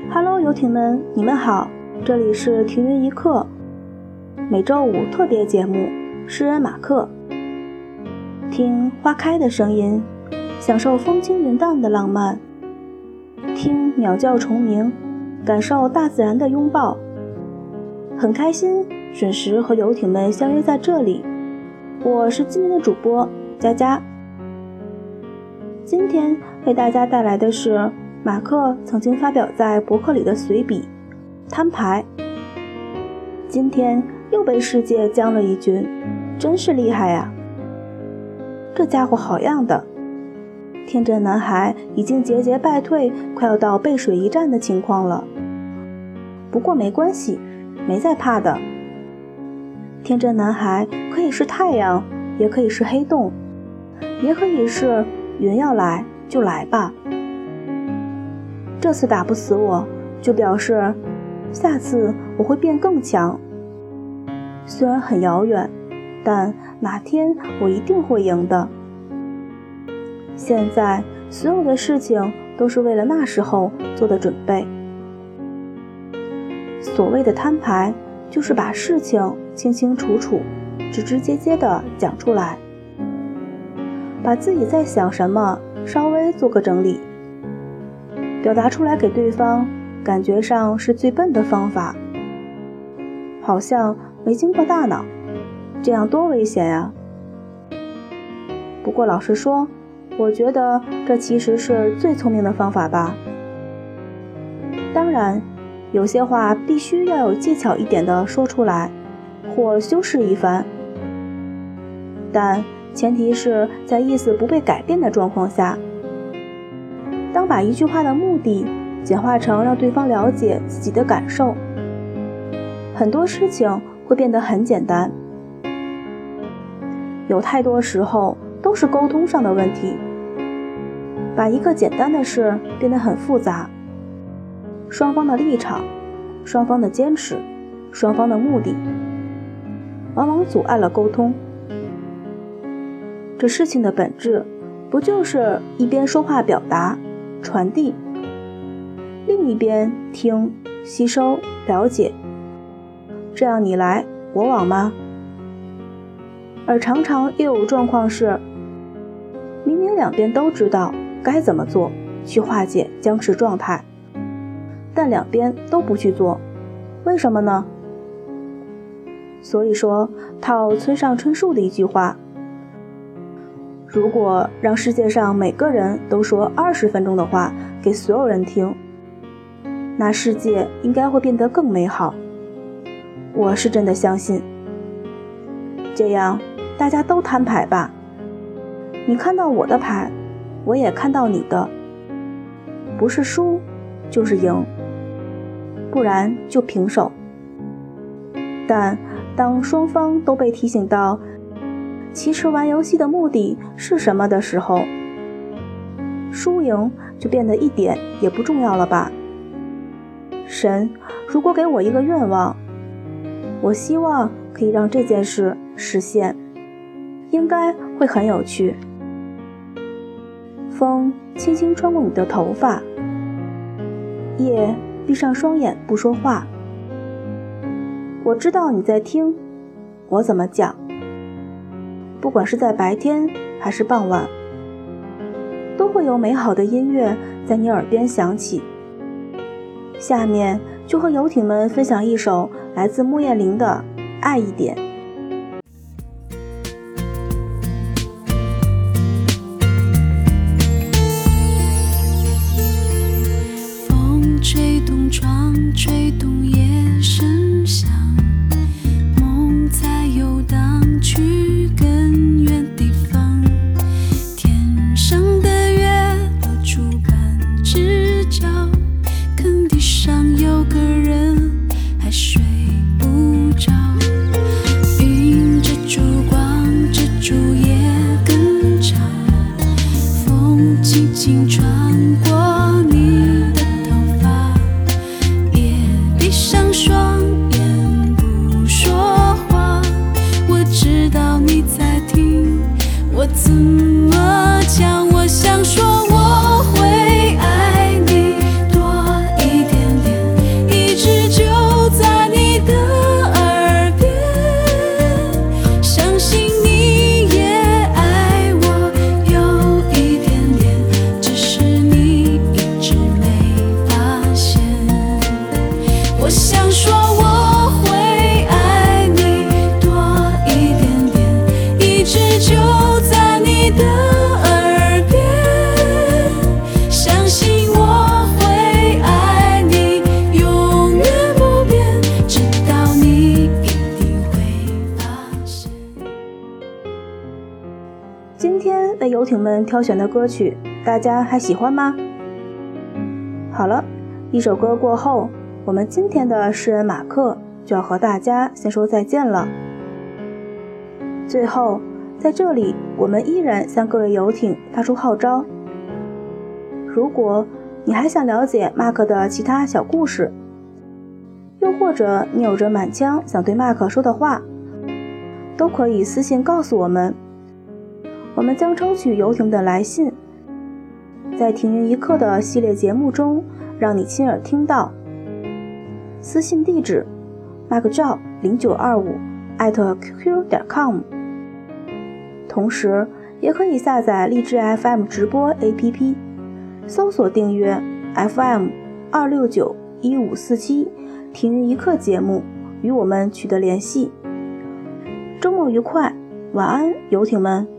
Hello， 游艇们，你们好，这里是停云一刻，每周五特别节目《诗人马克》，听花开的声音，享受风轻云淡的浪漫，听鸟叫虫鸣，感受大自然的拥抱。很开心准时和游艇们相约在这里，我是今天的主播佳佳。今天为大家带来的是马克曾经发表在博客里的随笔《摊牌》。今天又被世界将了一军，真是厉害呀！这家伙好样的！天真男孩已经节节败退，快要到背水一战的情况了。不过没关系，没在怕的。天真男孩可以是太阳，也可以是黑洞，也可以是云要来就来吧。这次打不死我，就表示下次我会变更强。虽然很遥远，但哪天我一定会赢的。现在所有的事情都是为了那时候做的准备。所谓的摊牌，就是把事情清清楚楚、直直接接地讲出来，把自己在想什么稍微做个整理，表达出来给对方，感觉上是最笨的方法，好像没经过大脑，这样多危险呀！不过老实说，我觉得这其实是最聪明的方法吧。当然，有些话必须要有技巧一点的说出来，或修饰一番，但前提是在意思不被改变的状况下。当把一句话的目的简化成让对方了解自己的感受，很多事情会变得很简单。有太多时候都是沟通上的问题，把一个简单的事变得很复杂，双方的立场、双方的坚持、双方的目的，往往阻碍了沟通。这事情的本质不就是一边说话表达传递，另一边听吸收了解，这样你来我往吗？而常常又有状况是，明明两边都知道该怎么做去化解僵持状态，但两边都不去做，为什么呢？所以说，套村上春树的一句话，如果让世界上每个人都说20分钟的话给所有人听，那世界应该会变得更美好。我是真的相信。这样大家都摊牌吧，你看到我的牌，我也看到你的，不是输就是赢，不然就平手。但当双方都被提醒到其实玩游戏的目的是什么的时候，输赢就变得一点也不重要了吧。神如果给我一个愿望，我希望可以让这件事实现，应该会很有趣。风轻轻穿过你的头发，夜闭上双眼不说话，我知道你在听我怎么讲，不管是在白天还是傍晚，都会有美好的音乐在你耳边响起。下面就和游艇们分享一首来自木叶玲的《爱一点》。 风吹动窗，吹动夜声响，梦在游荡去更远地方，天上的月露出半只脚，坑地上有个人还睡不着，云遮住光，遮住夜更长，风轻轻穿过你的头发，夜艇们挑选的歌曲，大家还喜欢吗？好了，一首歌过后，我们今天的诗人马克就要和大家先说再见了。最后，在这里我们依然向各位游艇发出号召，如果你还想了解马克的其他小故事，又或者你有着满腔想对马克说的话，都可以私信告诉我们，我们将抽取游艇的来信，在停云一刻的系列节目中让你亲耳听到。私信地址 markzhao0925@qq.com， 同时也可以下载荔枝 FM 直播 APP， 搜索订阅 FM2691547停云一刻节目，与我们取得联系。周末愉快，晚安，游艇们。